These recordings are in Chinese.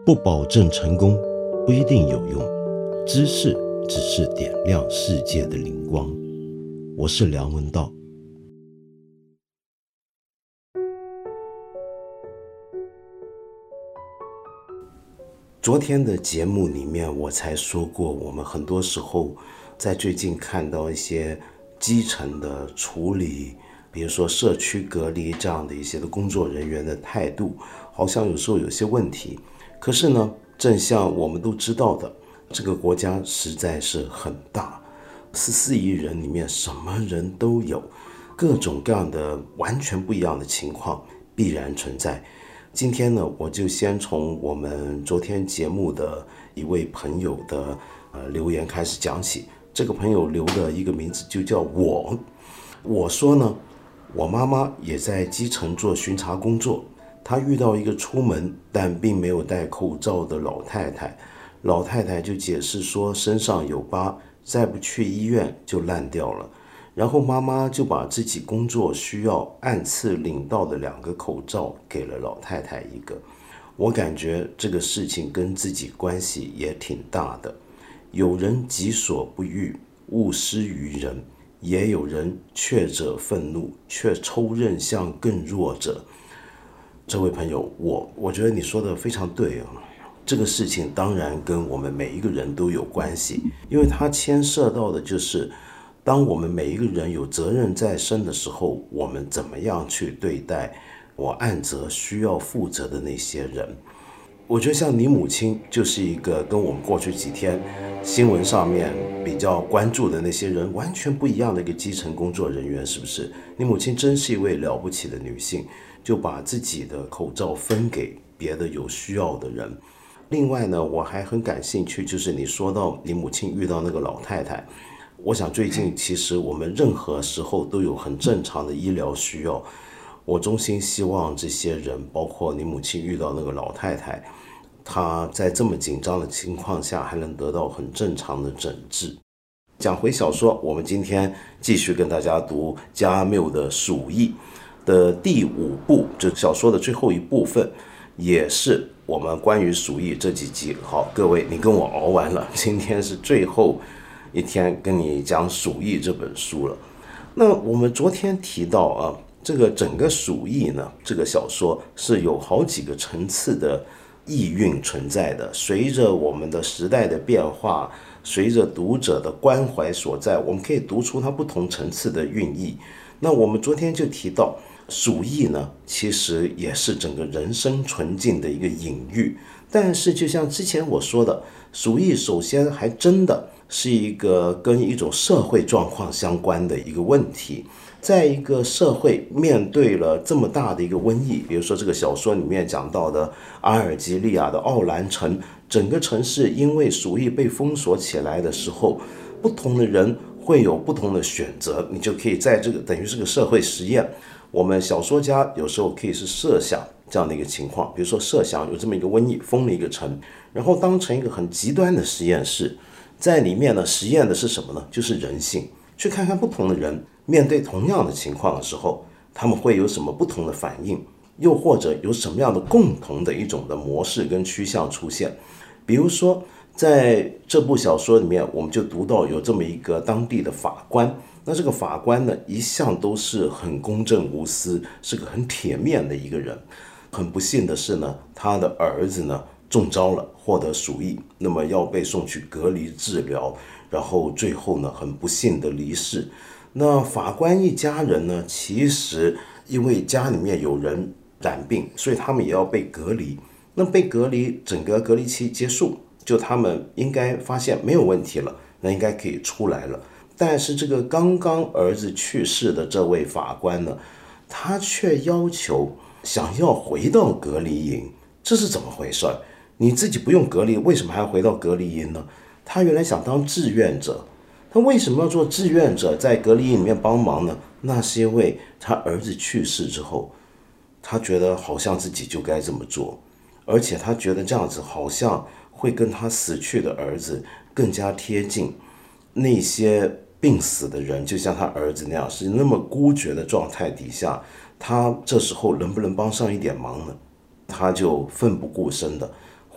不保证成功，不一定有用。知识只是点亮世界的灵光。我是梁文道。昨天的节目里面我才说过，我们很多时候在最近看到一些基层的处理，比如说社区隔离这样的一些的工作人员的态度，好像有时候有些问题。可是呢，正像我们都知道的，这个国家实在是很大，14亿人里面什么人都有，各种各样的完全不一样的情况必然存在。今天呢，我就先从我们昨天节目的一位朋友的留言开始讲起。这个朋友留的一个名字就叫我说呢，我妈妈也在基层做巡查工作，她遇到一个出门但并没有戴口罩的老太太，老太太就解释说身上有疤，再不去医院就烂掉了。然后妈妈就把自己工作需要按次领到的2个口罩给了老太太一个。我感觉这个事情跟自己关系也挺大的。有人己所不欲，勿施于人，也有人却者愤怒，却抽刃向更弱者。这位朋友，我觉得你说的非常对啊。这个事情当然跟我们每一个人都有关系，因为它牵涉到的就是当我们每一个人有责任在身的时候，我们怎么样去对待我按责需要负责的那些人。我觉得像你母亲就是一个跟我们过去几天新闻上面比较关注的那些人完全不一样的一个基层工作人员，是不是？你母亲真是一位了不起的女性，就把自己的口罩分给别的有需要的人。另外呢，我还很感兴趣，就是你说到你母亲遇到那个老太太，我想最近其实我们任何时候都有很正常的医疗需要，我衷心希望这些人，包括你母亲遇到那个老太太，她在这么紧张的情况下还能得到很正常的诊治。讲回小说，我们今天继续跟大家读加缪的《鼠疫》的第5部，这小说的最后一部分，也是我们关于鼠疫这几集。好，各位你跟我熬完了，今天是最后一天跟你讲《鼠疫》这本书了。那我们昨天提到啊，这个整个《鼠疫》呢，这个小说是有好几个层次的意蕴存在的。随着我们的时代的变化，随着读者的关怀所在，我们可以读出它不同层次的寓意。那我们昨天就提到，鼠疫呢，其实也是整个人生纯净的一个隐喻。但是就像之前我说的，鼠疫首先还真的是一个跟一种社会状况相关的一个问题。在一个社会面对了这么大的一个瘟疫，比如说这个小说里面讲到的阿尔及利亚的奥兰城，整个城市因为鼠疫被封锁起来的时候，不同的人会有不同的选择，你就可以在这个等于是个社会实验。我们小说家有时候可以是设想这样的一个情况，比如说设想有这么一个瘟疫封了一个城，然后当成一个很极端的实验室，在里面呢实验的是什么呢？就是人性，去看看不同的人面对同样的情况的时候，他们会有什么不同的反应，又或者有什么样的共同的一种的模式跟趋向出现。比如说在这部小说里面，我们就读到有这么一个当地的法官，那这个法官呢，一向都是很公正无私，是个很铁面的一个人。很不幸的是呢，他的儿子呢中招了，获得鼠疫，那么要被送去隔离治疗，然后最后呢很不幸的离世。那法官一家人呢，其实因为家里面有人染病，所以他们也要被隔离。那被隔离，整个隔离期结束，就他们应该发现没有问题了，那应该可以出来了。但是这个刚刚儿子去世的这位法官呢，他却要求想要回到隔离营，这是怎么回事？你自己不用隔离，为什么还要回到隔离营呢？他原来想当志愿者，他为什么要做志愿者在隔离营里面帮忙呢？那是因为他儿子去世之后，他觉得好像自己就该这么做，而且他觉得这样子好像会跟他死去的儿子更加贴近。那些病死的人就像他儿子那样，是那么孤绝的状态底下，他这时候能不能帮上一点忙呢？他就奋不顾身的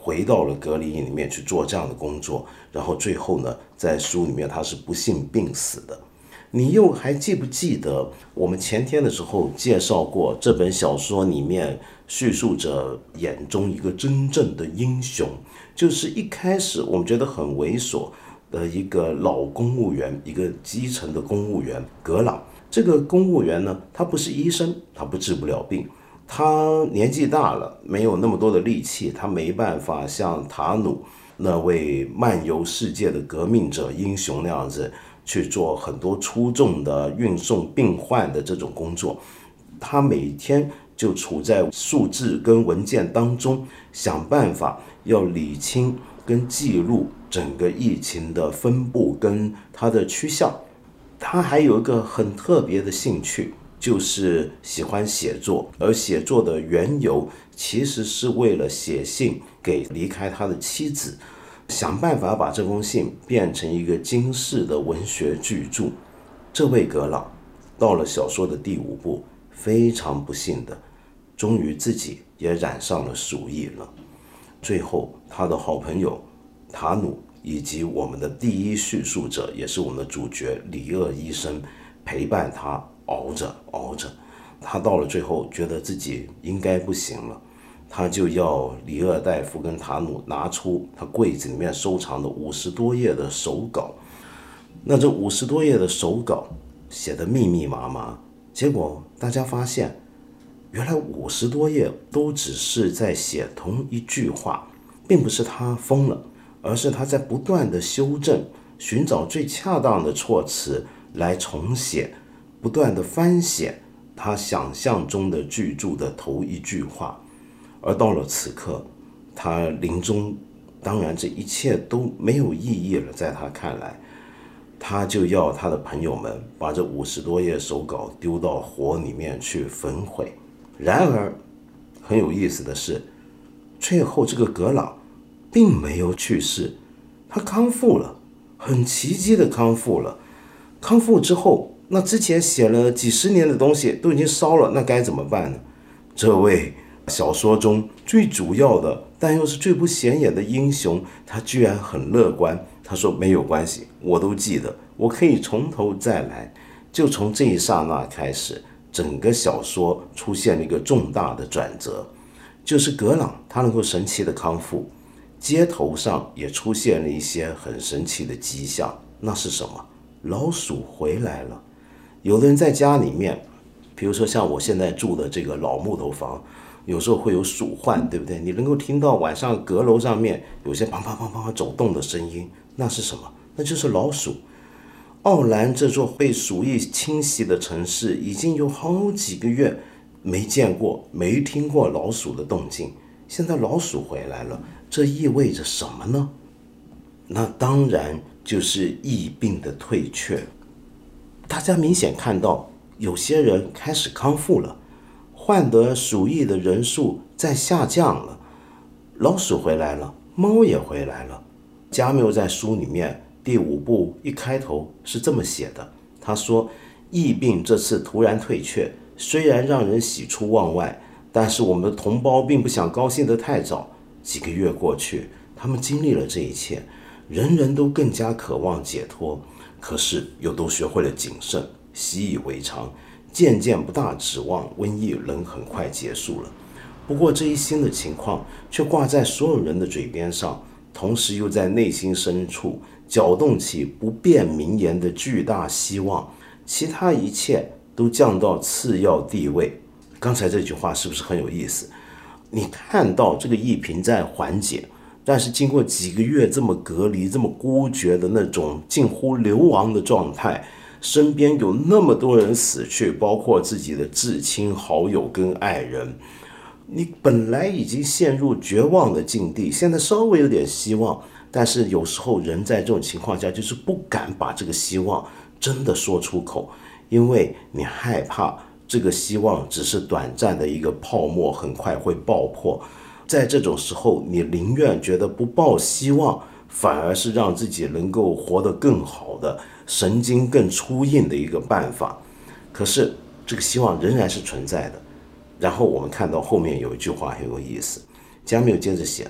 回到了隔离营里面去做这样的工作，然后最后呢，在书里面他是不幸病死的。你又还记不记得我们前天的时候介绍过这本小说里面叙述者眼中一个真正的英雄，就是一开始我们觉得很猥琐的一个老公务员，一个基层的公务员格朗。这个公务员呢，他不是医生，他不治不了病，他年纪大了，没有那么多的力气，他没办法像塔努那位漫游世界的革命者英雄那样子去做很多出众的运送病患的这种工作。他每天就处在数字跟文件当中，想办法要理清跟记录整个疫情的分布跟它的趋向。他还有一个很特别的兴趣，就是喜欢写作，而写作的缘由其实是为了写信给离开他的妻子，想办法把这封信变成一个惊世的文学巨著。这位格朗到了小说的第5部，非常不幸的，终于自己也染上了鼠疫了。最后他的好朋友塔努以及我们的第一叙述者，也是我们的主角里厄医生，陪伴他熬着，他到了最后觉得自己应该不行了，他就要里厄大夫跟塔努拿出他柜子里面收藏的50多页的手稿。那这50多页的手稿写得密密麻麻，结果大家发现，原来50多页都只是在写同一句话，并不是他疯了，而是他在不断的修正，寻找最恰当的措辞来重写，不断的翻写他想象中的巨著的头一句话。而到了此刻，他临终，当然这一切都没有意义了，在他看来，他就要他的朋友们把这50多页手稿丢到火里面去焚毁。然而很有意思的是，最后这个格朗并没有去世，他康复了，很奇迹的康复了。康复之后，那之前写了几十年的东西都已经烧了，那该怎么办呢？这位小说中最主要的但又是最不显眼的英雄，他居然很乐观，他说没有关系，我都记得，我可以从头再来。就从这一刹那开始，整个小说出现了一个重大的转折，就是格朗他能够神奇的康复，街头上也出现了一些很神奇的迹象。那是什么？老鼠回来了。有的人在家里面，比如说像我现在住的这个老木头房，有时候会有鼠患，对不对？你能够听到晚上阁楼上面有些砰砰砰砰走动的声音，那是什么？那就是老鼠。奥兰这座被鼠疫侵袭的城市已经有好几个月没见过、没听过老鼠的动静，现在老鼠回来了，这意味着什么呢？那当然就是疫病的退却。大家明显看到有些人开始康复了，患得鼠疫的人数在下降了，老鼠回来了，猫也回来了。加缪在书里面第5部一开头是这么写的，他说，疫病这次突然退却，虽然让人喜出望外，但是我们的同胞并不想高兴得太早。几个月过去，他们经历了这一切，人人都更加渴望解脱，可是又都学会了谨慎，习以为常，渐渐不大指望瘟疫能很快结束了。不过这一新的情况却挂在所有人的嘴边上，同时又在内心深处搅动起不变名言的巨大希望，其他一切都降到次要地位。刚才这句话是不是很有意思？你看到这个疫情在缓解，但是经过几个月这么隔离、这么孤绝的那种近乎流亡的状态，身边有那么多人死去，包括自己的至亲好友跟爱人，你本来已经陷入绝望的境地，现在稍微有点希望，但是有时候人在这种情况下就是不敢把这个希望真的说出口，因为你害怕这个希望只是短暂的一个泡沫，很快会爆破。在这种时候，你宁愿觉得不抱希望，反而是让自己能够活得更好的、神经更粗硬的一个办法。可是这个希望仍然是存在的。然后我们看到后面有一句话很有意思，加缪接着写，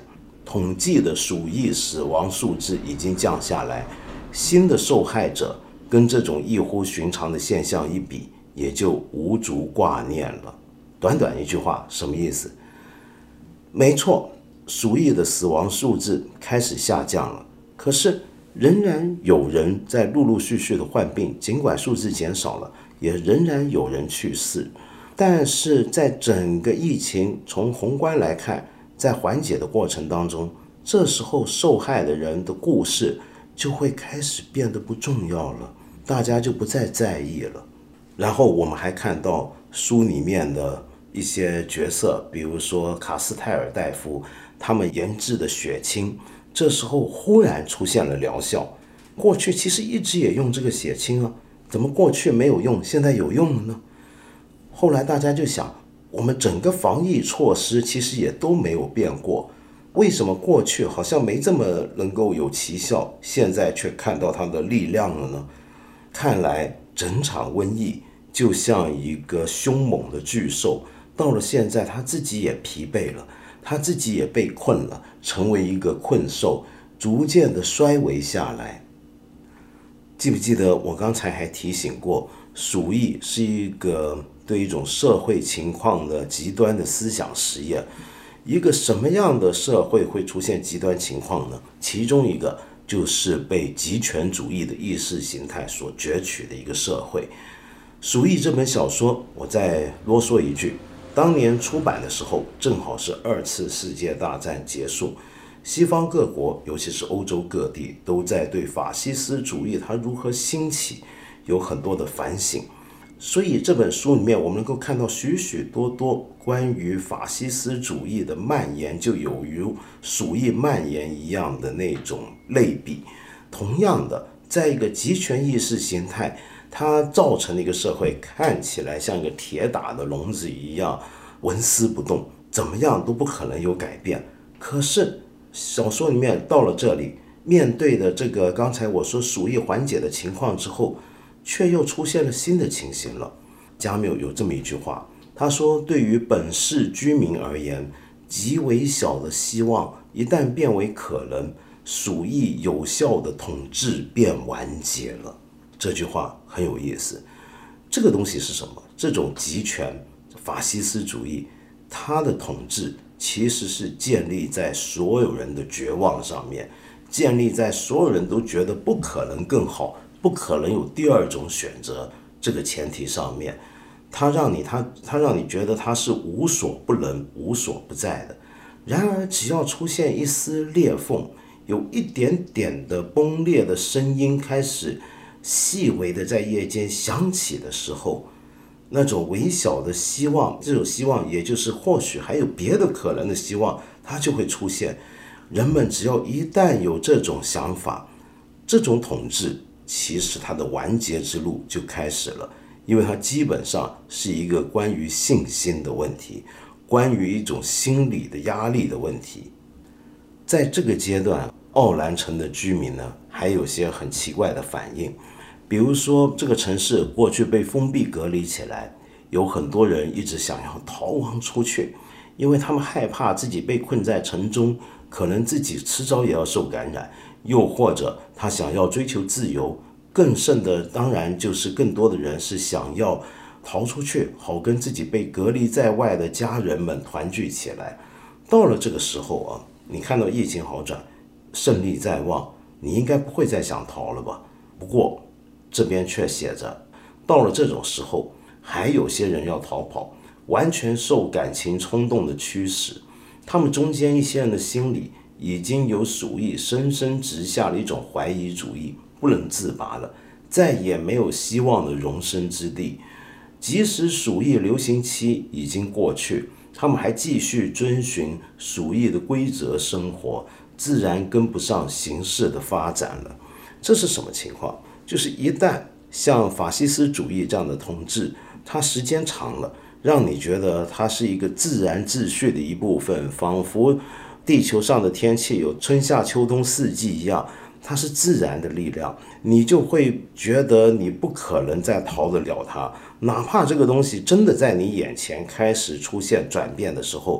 统计的鼠疫死亡数字已经降下来，新的受害者跟这种异乎寻常的现象一比，也就无足挂念了。短短一句话，什么意思？没错，鼠疫的死亡数字开始下降了，可是仍然有人在陆陆续续的患病，尽管数字减少了，也仍然有人去世。但是在整个疫情从宏观来看，在缓解的过程当中，这时候受害的人的故事就会开始变得不重要了，大家就不再在意了。然后我们还看到书里面的一些角色，比如说卡斯泰尔大夫他们研制的血清，这时候忽然出现了疗效。过去其实一直也用这个血清啊，怎么过去没有用，现在有用了呢？后来大家就想，我们整个防疫措施其实也都没有变过，为什么过去好像没这么能够有奇效，现在却看到它的力量了呢？看来整场瘟疫就像一个凶猛的巨兽，到了现在他自己也疲惫了，他自己也被困了，成为一个困兽，逐渐的衰微下来。记不记得我刚才还提醒过，鼠疫是一个对一种社会情况的极端的思想实验。一个什么样的社会会出现极端情况呢？其中一个就是被极权主义的意识形态所攫取的一个社会。鼠疫这本小说，我再啰嗦一句，当年出版的时候正好是2次世界大战结束，西方各国尤其是欧洲各地都在对法西斯主义它如何兴起有很多的反省。所以这本书里面我们能够看到许许多多关于法西斯主义的蔓延，就有如鼠疫蔓延一样的那种类比。同样的，在一个极权意识形态它造成的一个社会，看起来像一个铁打的笼子一样纹丝不动，怎么样都不可能有改变。可是小说里面到了这里，面对的这个刚才我说鼠疫缓解的情况之后，却又出现了新的情形了。加缪有这么一句话，他说，对于本市居民而言，极为小的希望一旦变为可能，鼠疫有效的统治便完结了。这句话很有意思。这个东西是什么？这种极权法西斯主义，它的统治其实是建立在所有人的绝望上面，建立在所有人都觉得不可能更好，不可能有第二种选择这个前提上面。它让你觉得它是无所不能无所不在的。然而只要出现一丝裂缝，有一点点的崩裂的声音开始细微的在夜间响起的时候，那种微小的希望，这种希望也就是或许还有别的可能的希望，它就会出现。人们只要一旦有这种想法，这种统治其实它的完结之路就开始了，因为它基本上是一个关于信心的问题，关于一种心理的压力的问题。在这个阶段，奥兰城的居民呢，还有些很奇怪的反应。比如说，这个城市过去被封闭隔离起来，有很多人一直想要逃亡出去，因为他们害怕自己被困在城中，可能自己迟早也要受感染，又或者他想要追求自由。更甚的当然就是更多的人是想要逃出去，好跟自己被隔离在外的家人们团聚起来。到了这个时候啊，你看到疫情好转，胜利在望，你应该不会再想逃了吧？不过这边却写着，到了这种时候，还有些人要逃跑，完全受感情冲动的驱使。他们中间一些人的心里已经有鼠疫深深植下了一种怀疑主义，不能自拔了，再也没有希望的容身之地。即使鼠疫流行期已经过去，他们还继续遵循鼠疫的规则生活，自然跟不上形势的发展了。这是什么情况？就是一旦像法西斯主义这样的统治，它时间长了，让你觉得它是一个自然秩序的一部分，仿佛地球上的天气有春夏秋冬四季一样，它是自然的力量，你就会觉得你不可能再逃得了它。哪怕这个东西真的在你眼前开始出现转变的时候，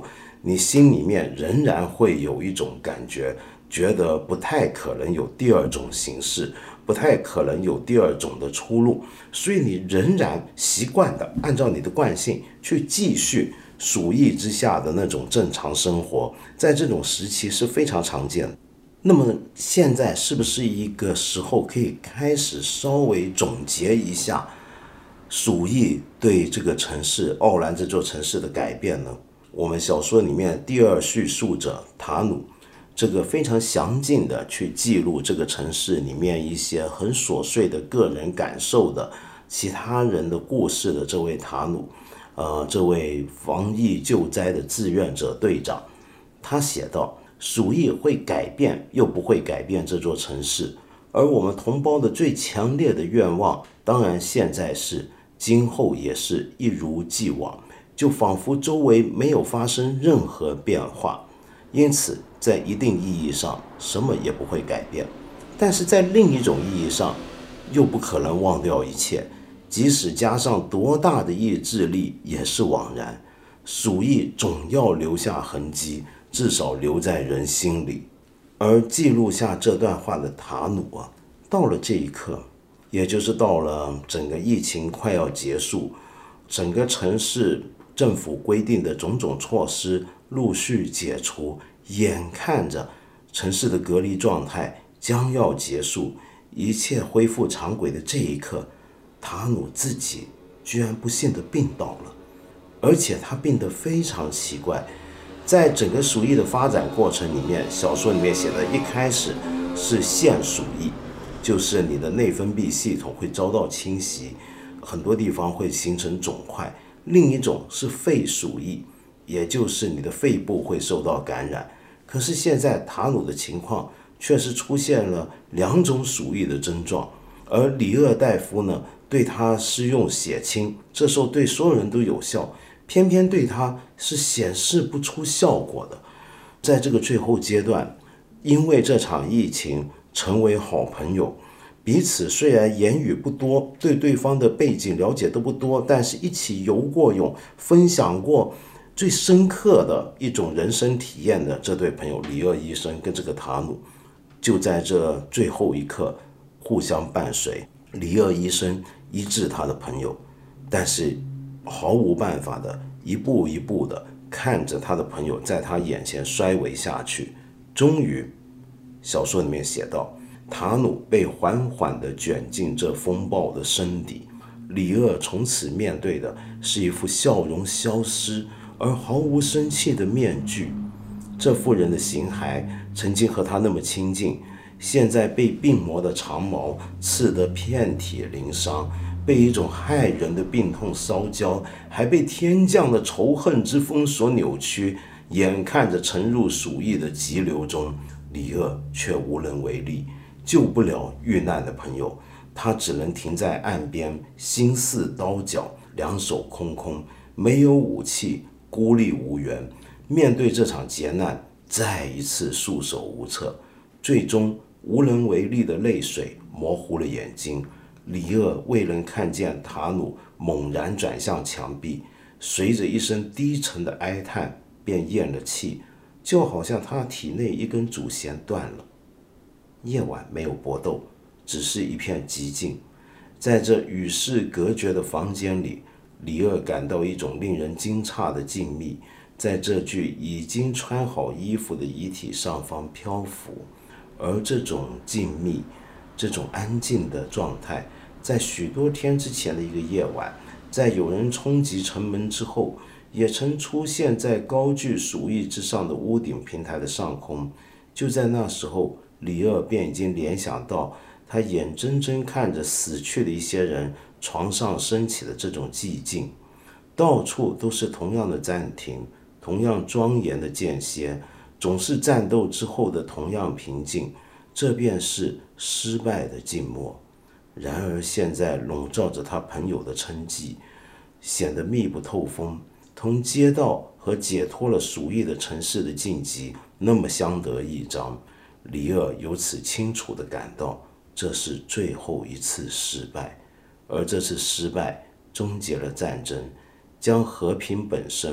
你心里面仍然会有一种感觉，觉得不太可能有第二种形式，不太可能有第二种的出路，所以你仍然习惯的按照你的惯性去继续鼠疫之下的那种正常生活，在这种时期是非常常见的。那么现在是不是一个时候可以开始稍微总结一下鼠疫对这个城市奥兰这座城市的改变呢？我们小说里面第二叙述者塔努，这个非常详尽的去记录这个城市里面一些很琐碎的个人感受的其他人的故事的这位塔努，这位防疫救灾的志愿者队长，他写道：鼠疫会改变又不会改变这座城市，而我们同胞的最强烈的愿望，当然现在是，今后也是一如既往，就仿佛周围没有发生任何变化。因此在一定意义上什么也不会改变，但是在另一种意义上又不可能忘掉一切，即使加上多大的意志力也是枉然。鼠疫总要留下痕迹，至少留在人心里。而记录下这段话的塔努到了这一刻，也就是到了整个疫情快要结束，整个城市政府规定的种种措施陆续解除，眼看着城市的隔离状态将要结束，一切恢复常轨的这一刻，塔努自己居然不幸的病倒了。而且他病得非常奇怪，在整个鼠疫的发展过程里面，小说里面写的一开始是腺鼠疫，就是你的内分泌系统会遭到侵袭，很多地方会形成肿块。另一种是肺鼠疫，也就是你的肺部会受到感染。可是现在塔努的情况却是出现了两种鼠疫的症状，而里厄大夫呢，对他施用血清，这时候对所有人都有效，偏偏对他是显示不出效果的。在这个最后阶段，因为这场疫情成为好朋友，彼此虽然言语不多，对对方的背景了解都不多，但是一起游过泳，分享过最深刻的一种人生体验的这对朋友里厄医生跟这个塔努，就在这最后一刻互相伴随。里厄医生医治他的朋友，但是毫无办法的一步一步的看着他的朋友在他眼前衰微下去。终于小说里面写道，塔努被缓缓地卷进这风暴的深底，里厄从此面对的是一副笑容消失而毫无生气的面具。这妇人的形骸曾经和他那么亲近，现在被病魔的长矛刺得遍体鳞伤，被一种骇人的病痛烧焦，还被天降的仇恨之风所扭曲，眼看着沉入鼠疫的急流中，里厄却无能为力，救不了遇难的朋友，他只能停在岸边，心似刀绞，两手空空，没有武器，孤立无援，面对这场劫难，再一次束手无策，最终无能为力的泪水模糊了眼睛。里厄未能看见塔努猛然转向墙壁，随着一声低沉的哀叹便咽了气，就好像他体内一根主弦断了。夜晚没有搏斗，只是一片寂静。在这与世隔绝的房间里，里厄感到一种令人惊诧的静谧，在这具已经穿好衣服的遗体上方漂浮。而这种静谧，这种安静的状态，在许多天之前的一个夜晚，在有人冲击城门之后，也曾出现在高踞鼠疫之上的屋顶平台的上空。就在那时候，里厄便已经联想到他眼睁睁看着死去的一些人床上升起的这种寂静，到处都是同样的暂停，同样庄严的间歇，总是战斗之后的同样平静，这便是失败的静默。然而现在笼罩着他朋友的称妓，显得密不透风，同街道和解脱了鼠疫的城市的晋级那么相得益彰。里厄由此清楚地感到，这是最后一次失败，而这次失败终结了战争，将和平本身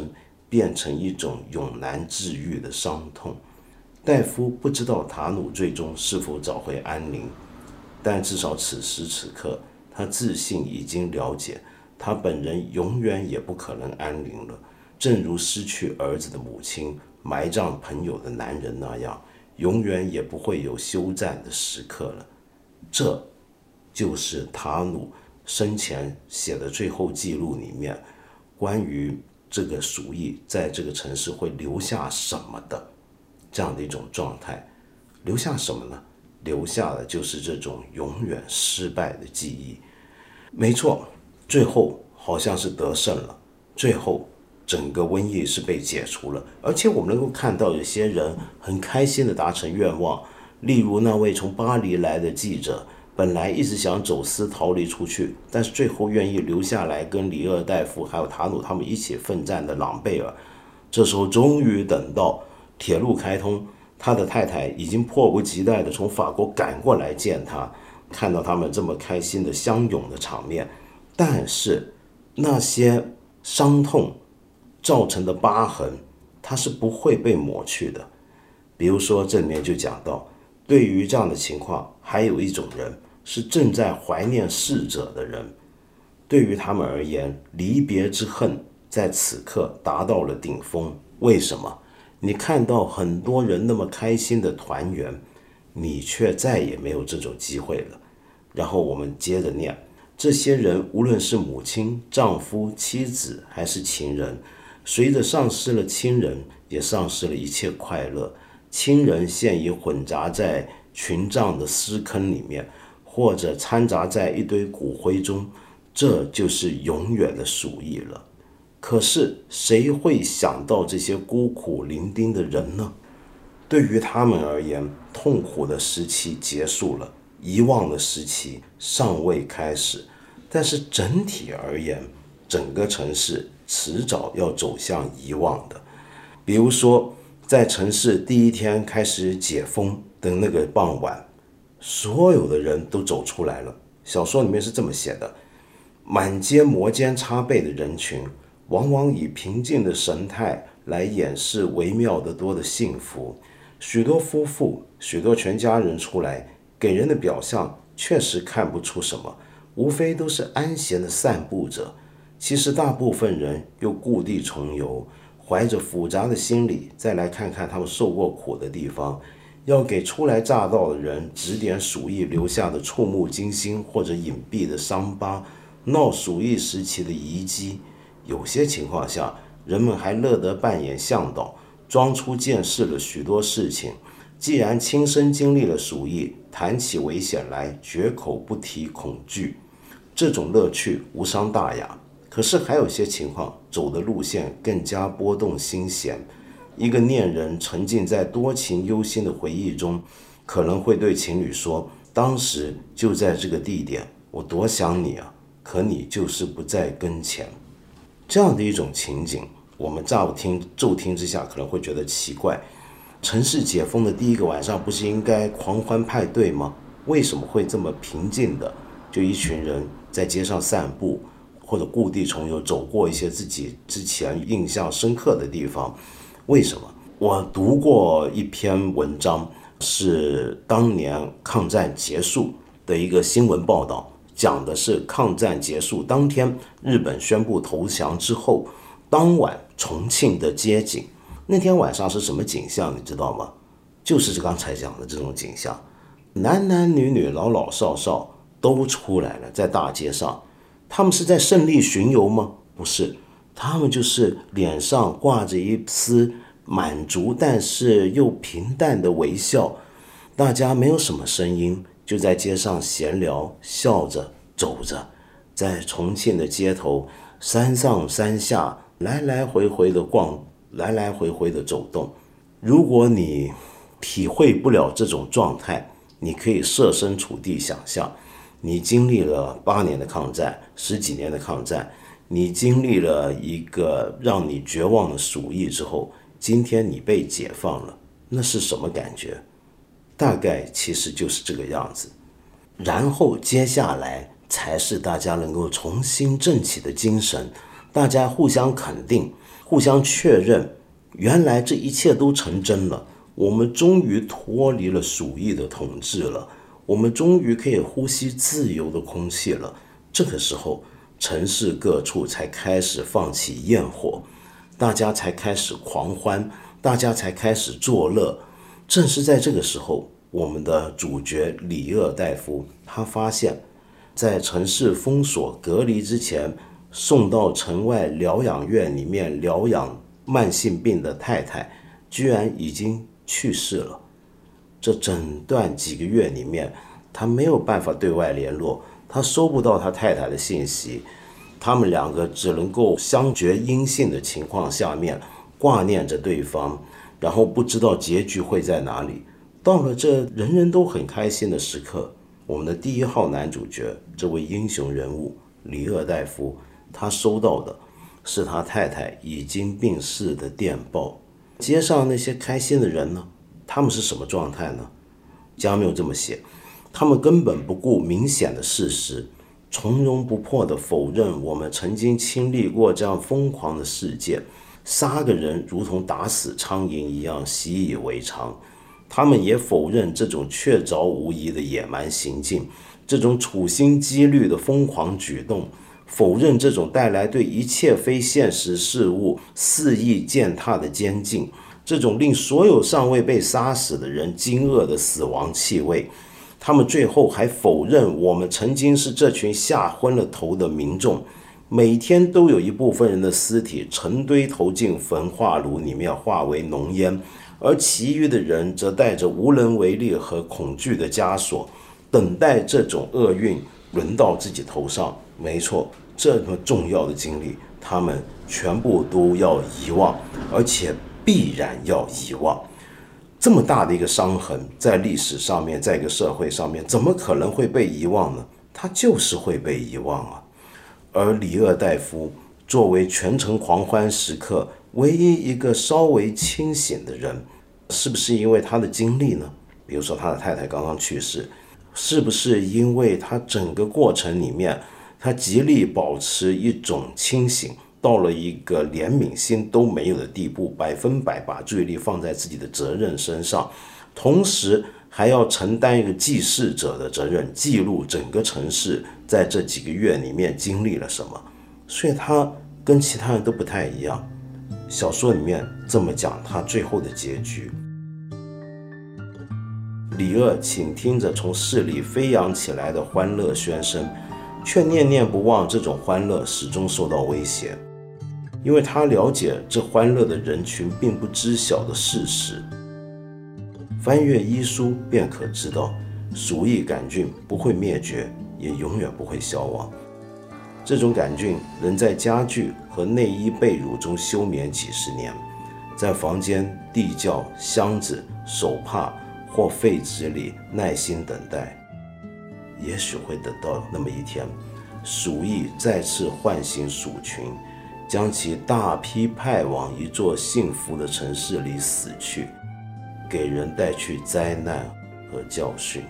变成一种永难治愈的伤痛。戴夫不知道塔努最终是否找回安宁，但至少此时此刻，他自信已经了解，他本人永远也不可能安宁了。正如失去儿子的母亲、埋葬朋友的男人那样，永远也不会有休战的时刻了。这就是塔努生前写的最后记录里面关于这个鼠疫在这个城市会留下什么的这样的一种状态。留下什么呢？留下的就是这种永远失败的记忆。没错，最后好像是得胜了，最后整个瘟疫是被解除了，而且我们能够看到有些人很开心的达成愿望，例如那位从巴黎来的记者，本来一直想走私逃离出去，但是最后愿意留下来跟里厄代夫还有塔努他们一起奋战的朗贝尔，这时候终于等到铁路开通，他的太太已经迫不及待地从法国赶过来见他，看到他们这么开心的相拥的场面，但是那些伤痛造成的疤痕，它是不会被抹去的。比如说这里面就讲到，对于这样的情况，还有一种人是正在怀念逝者的人，对于他们而言，离别之恨在此刻达到了顶峰。为什么？你看到很多人那么开心的团圆，你却再也没有这种机会了。然后我们接着念，这些人无论是母亲、丈夫、妻子还是情人，随着丧失了亲人，也丧失了一切快乐。亲人现已混杂在群葬的尸坑里面，或者掺杂在一堆骨灰中，这就是永远的鼠疫了。可是谁会想到这些孤苦伶仃的人呢？对于他们而言，痛苦的时期结束了，遗忘的时期尚未开始。但是整体而言，整个城市迟早要走向遗忘的。比如说在城市第一天开始解封的那个傍晚，所有的人都走出来了。小说里面是这么写的，满街摩肩擦背的人群，往往以平静的神态来掩饰微妙得多的幸福。许多夫妇，许多全家人出来，给人的表象确实看不出什么，无非都是安闲的散步着。其实大部分人又故地重游，怀着复杂的心理再来看看他们受过苦的地方，要给初来乍到的人指点鼠疫留下的触目惊心或者隐蔽的伤疤，闹鼠疫时期的遗迹。有些情况下，人们还乐得扮演向导，装出见识了许多事情。既然亲身经历了鼠疫，谈起危险来绝口不提恐惧，这种乐趣无伤大雅。可是还有些情况走的路线更加波动新鲜。一个恋人沉浸在多情忧心的回忆中，可能会对情侣说，当时就在这个地点，我多想你啊，可你就是不在跟前。这样的一种情景，我们乍听之下可能会觉得奇怪，城市解封的第一个晚上不是应该狂欢派对吗？为什么会这么平静的就一群人在街上散步，或者故地重游，走过一些自己之前印象深刻的地方？为什么？我读过一篇文章，是当年抗战结束的一个新闻报道，讲的是抗战结束当天，日本宣布投降之后，当晚重庆的街景。那天晚上是什么景象你知道吗？就是刚才讲的这种景象，男男女女老老少少都出来了，在大街上。他们是在胜利巡游吗？不是，他们就是脸上挂着一丝满足但是又平淡的微笑，大家没有什么声音，就在街上闲聊，笑着走着，在重庆的街头山上山下来来回回的逛，来来回回的走动。如果你体会不了这种状态，你可以设身处地想象，你经历了8年的抗战，10几年的抗战，你经历了一个让你绝望的鼠疫之后，今天你被解放了，那是什么感觉？大概其实就是这个样子。然后接下来才是大家能够重新振起的精神，大家互相肯定， 互相确认，原来这一切都成真了，我们终于脱离了鼠疫的统治了，我们终于可以呼吸自由的空气了。这个时候，城市各处才开始放起焰火，大家才开始狂欢，大家才开始作乐。正是在这个时候，我们的主角里厄大夫他发现，在城市封锁隔离之前，送到城外疗养院里面疗养慢性病的太太居然已经去世了。这整段几个月里面，他没有办法对外联络，他收不到他太太的信息，他们两个只能够相决音信的情况下面挂念着对方，然后不知道结局会在哪里。到了这人人都很开心的时刻，我们的第一号男主角这位英雄人物里厄大夫，他收到的是他太太已经病逝的电报。街上那些开心的人呢，他们是什么状态呢？加缪这么写，他们根本不顾明显的事实，从容不迫地否认我们曾经经历过这样疯狂的事件，杀个人如同打死苍蝇一样习以为常。他们也否认这种确凿无疑的野蛮行径，这种处心积虑的疯狂举动，否认这种带来对一切非现实事物肆意践踏的监禁，这种令所有尚未被杀死的人惊愕的死亡气味。他们最后还否认我们曾经是这群吓昏了头的民众，每天都有一部分人的尸体成堆投进焚化炉里面化为浓烟，而其余的人则带着无能为力和恐惧的枷锁，等待这种厄运轮到自己头上。没错，这么重要的经历，他们全部都要遗忘，而且必然要遗忘。这么大的一个伤痕，在历史上面，在一个社会上面，怎么可能会被遗忘呢？它就是会被遗忘啊。而里厄大夫作为全城狂欢时刻唯一一个稍微清醒的人，是不是因为他的经历呢？比如说他的太太刚刚去世，是不是因为他整个过程里面，他极力保持一种清醒，到了一个怜悯心都没有的地步，100%把注意力放在自己的责任身上，同时还要承担一个记事者的责任，记录整个城市在这几个月里面经历了什么。所以他跟其他人都不太一样。小说里面这么讲他最后的结局：里厄倾听着从市里飞扬起来的欢乐喧声，却念念不忘这种欢乐始终受到威胁，因为他了解这欢乐的人群并不知晓的事实。翻阅医书便可知道，鼠疫杆菌不会灭绝，也永远不会消亡。这种杆菌能在家具和内衣被褥中休眠几十年，在房间、地窖、箱子、手帕或废纸里耐心等待。也许会等到那么一天，鼠疫再次唤醒鼠群，将其大批派往一座幸福的城市里死去，给人带去灾难和教训。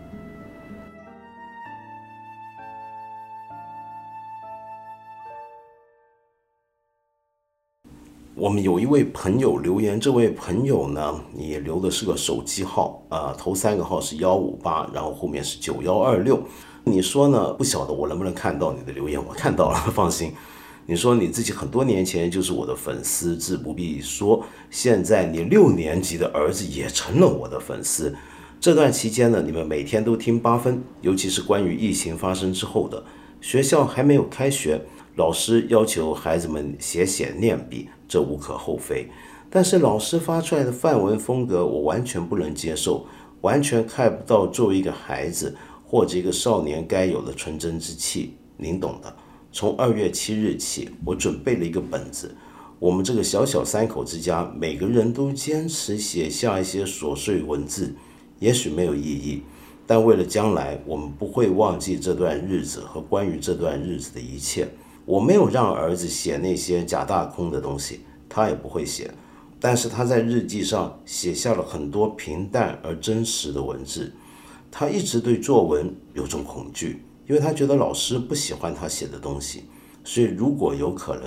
我们有一位朋友留言，这位朋友呢，你留的是个手机号头3个号是158，然后后面是9126。你说呢？不晓得我能不能看到你的留言，我看到了，放心。你说你自己很多年前就是我的粉丝，自不必说，现在你6年级的儿子也成了我的粉丝。这段期间呢，你们每天都听8分，尤其是关于疫情发生之后的，学校还没有开学，老师要求孩子们写念笔，这无可厚非。但是老师发出来的范文风格我完全不能接受，完全看不到作为一个孩子或者一个少年该有的纯真之气，您懂的。从2月7日起，我准备了一个本子，我们这个小小3口之家，每个人都坚持写下一些琐碎文字，也许没有意义，但为了将来，我们不会忘记这段日子和关于这段日子的一切。我没有让儿子写那些假大空的东西，他也不会写，但是他在日记上写下了很多平淡而真实的文字。他一直对作文有种恐惧，因为他觉得老师不喜欢他写的东西，所以如果有可能，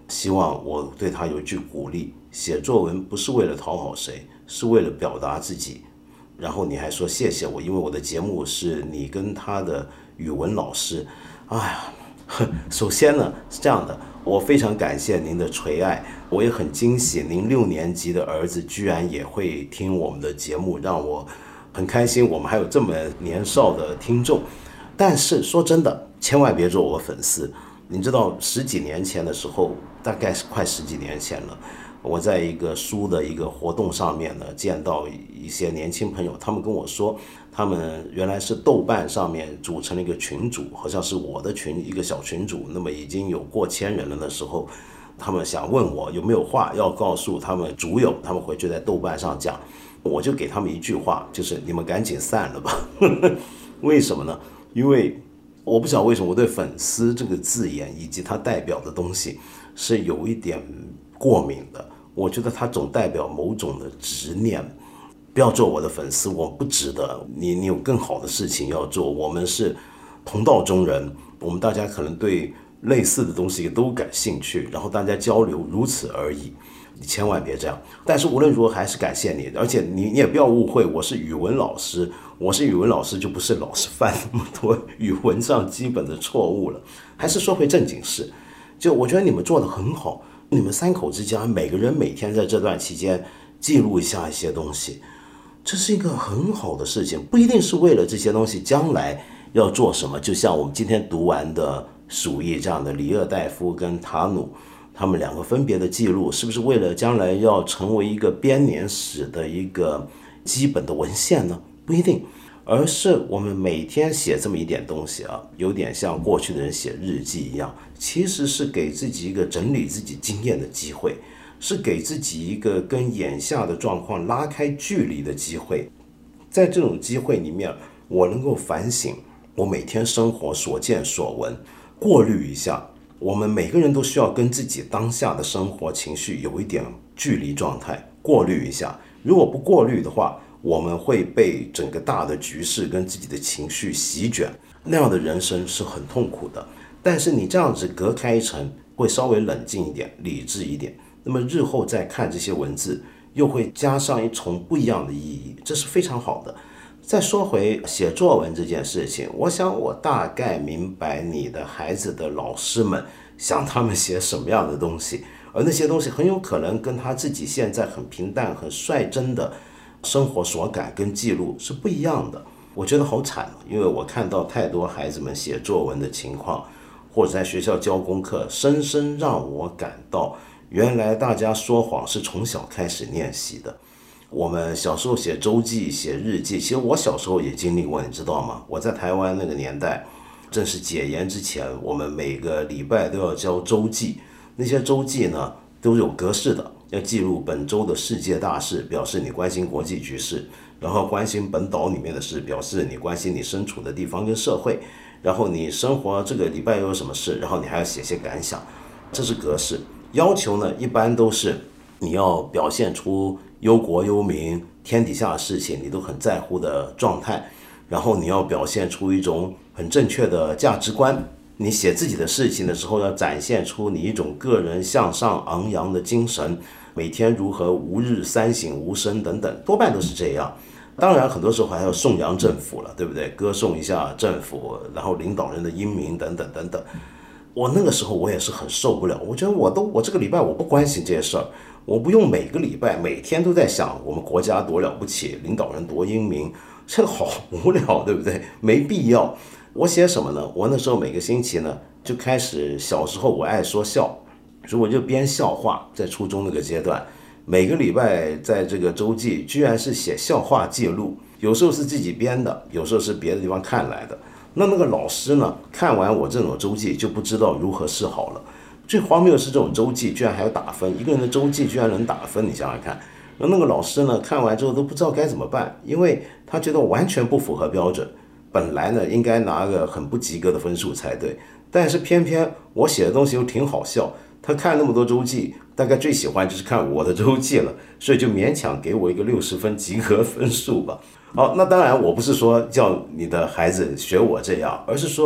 希望我对他有一句鼓励，写作文不是为了讨好谁，是为了表达自己。然后你还说谢谢我，因为我的节目是你跟他的语文老师。哎呀，首先呢是这样的，我非常感谢您的垂爱，我也很惊喜您6年级的儿子居然也会听我们的节目，让我很开心，我们还有这么年少的听众。但是说真的，千万别做我粉丝。你知道10几年前的时候，大概是快10几年前了，我在一个书的一个活动上面呢，见到一些年轻朋友，他们跟我说，他们原来是豆瓣上面组成了一个群组，好像是我的群，一个小群组，那么已经有过1000人了的时候，他们想问我有没有话要告诉他们组友，他们回去在豆瓣上讲，我就给他们一句话，就是你们赶紧散了吧。为什么呢？因为我不晓得为什么我对粉丝这个字眼以及它代表的东西是有一点过敏的。我觉得它总代表某种的执念。不要做我的粉丝，我不值得。你有更好的事情要做。我们是同道中人，我们大家可能对类似的东西都感兴趣，然后大家交流，如此而已。你千万别这样。但是无论如何还是感谢你，而且你也不要误会，我是语文老师，我是语文老师就不是老是犯那么多语文上基本的错误了。还是说回正经事，就我觉得你们做得很好，你们3口之家每个人每天在这段期间记录一下一些东西，这是一个很好的事情，不一定是为了这些东西将来要做什么。就像我们今天读完的《鼠疫》这样的，里厄代夫跟塔努他们2个分别的记录，是不是为了将来要成为一个编年史的一个基本的文献呢？不一定，而是我们每天写这么一点东西啊，有点像过去的人写日记一样，其实是给自己一个整理自己经验的机会，是给自己一个跟眼下的状况拉开距离的机会。在这种机会里面，我能够反省我每天生活所见所闻，过滤一下。我们每个人都需要跟自己当下的生活情绪有一点距离状态，过滤一下。如果不过滤的话，我们会被整个大的局势跟自己的情绪席卷，那样的人生是很痛苦的。但是你这样子隔开一层，会稍微冷静一点，理智一点，那么日后再看这些文字，又会加上一重不一样的意义，这是非常好的。再说回写作文这件事情，我想我大概明白你的孩子的老师们想他们写什么样的东西，而那些东西很有可能跟他自己现在很平淡很率真的生活所感跟记录是不一样的。我觉得好惨，因为我看到太多孩子们写作文的情况，或者在学校教功课，深深让我感到原来大家说谎是从小开始练习的。我们小时候写周记写日记，其实我小时候也经历过，你知道吗？我在台湾那个年代，正是解严之前，我们每个礼拜都要交周记，那些周记呢都有格式的，要记录本周的世界大事，表示你关心国际局势，然后关心本岛里面的事，表示你关心你身处的地方跟社会，然后你生活这个礼拜又有什么事，然后你还要写些感想，这是格式。要求呢一般都是你要表现出忧国忧民，天底下的事情你都很在乎的状态，然后你要表现出一种很正确的价值观，你写自己的事情的时候要展现出你一种个人向上昂扬的精神，每天如何吾日三省吾身等等，多半都是这样。当然很多时候还要颂扬政府了，对不对？歌颂一下政府，然后领导人的英明等等等等。我那个时候我也是很受不了，我觉得我这个礼拜我不关心这些事儿，我不用每个礼拜每天都在想我们国家多了不起，领导人多英明，这个好无聊，对不对？没必要。我写什么呢？我那时候每个星期呢就开始，小时候我爱说笑，所以我就编笑话，在初中那个阶段，每个礼拜在这个周记居然是写笑话记录，有时候是自己编的，有时候是别的地方看来的。那个老师呢，看完我这种周记就不知道如何是好了。最荒谬的是这种周记居然还要打分，一个人的周记居然能打分，你想想看。那个老师呢，看完之后都不知道该怎么办，因为他觉得完全不符合标准。本来呢应该拿个很不及格的分数才对，但是偏偏我写的东西又挺好笑，他看那么多周记，大概最喜欢就是看我的周记了，所以就勉强给我一个60分及格分数吧。好，那当然我不是说叫你的孩子学我这样，而是说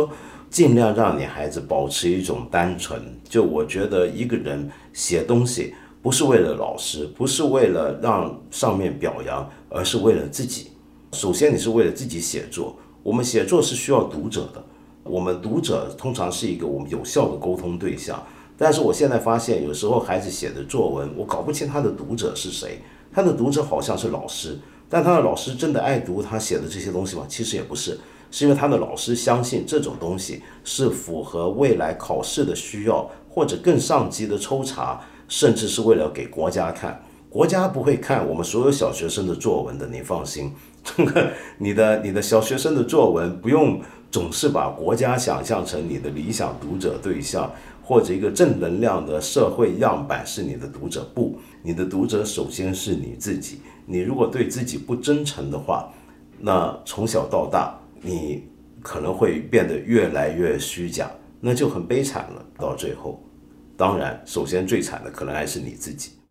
尽量让你孩子保持一种单纯。就我觉得一个人写东西不是为了老师，不是为了让上面表扬，而是为了自己。首先你是为了自己写作，我们写作是需要读者的，我们读者通常是一个我们有效的沟通对象。但是我现在发现，有时候孩子写的作文，我搞不清他的读者是谁。他的读者好像是老师，但他的老师真的爱读他写的这些东西吗？其实也不是，是因为他的老师相信这种东西是符合未来考试的需要，或者更上级的抽查，甚至是为了给国家看。国家不会看我们所有小学生的作文的，你放心。你的小学生的作文不用总是把国家想象成你的理想读者对象，或者一个正能量的社会样板是你的读者。不，你的读者首先是你自己。你如果对自己不真诚的话，那从小到大你可能会变得越来越虚假，那就很悲惨了。到最后，当然首先最惨的可能还是你自己。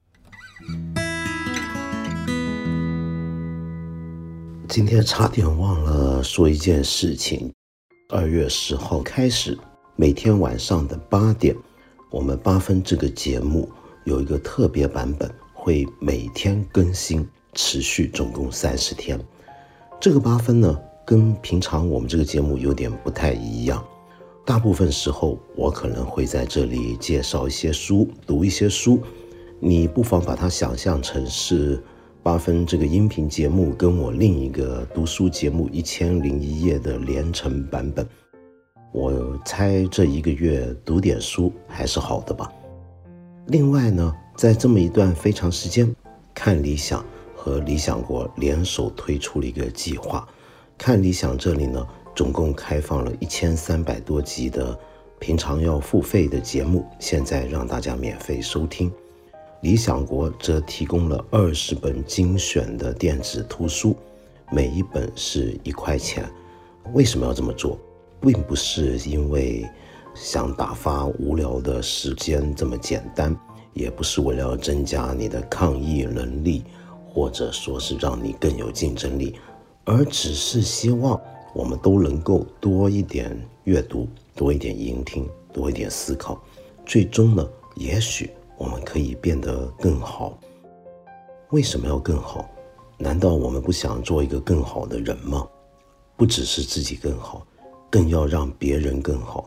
今天差点忘了说一件事情，2月10号开始，每天晚上的8点，我们8分这个节目有一个特别版本，会每天更新，持续总共30天。这个8分呢，跟平常我们这个节目有点不太一样。大部分时候我可能会在这里介绍一些书，读一些书，你不妨把它想象成是8分这个音频节目跟我另一个读书节目1001夜的连成版本。我猜这1个月读点书还是好的吧。另外呢，在这么一段非常时间，看理想和理想国联手推出了一个计划。看理想这里呢，总共开放了1300多集的平常要付费的节目，现在让大家免费收听。理想国则提供了20本精选的电子图书，每一本是1块钱。为什么要这么做？并不是因为想打发无聊的时间这么简单，也不是为了要增加你的抗疫能力，或者说是让你更有竞争力，而只是希望我们都能够多一点阅读，多一点聆听，多一点思考，最终呢，也许我们可以变得更好。为什么要更好？难道我们不想做一个更好的人吗？不只是自己更好，更要让别人更好。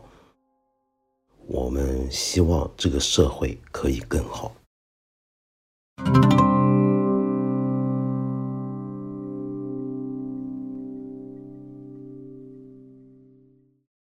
我们希望这个社会可以更好。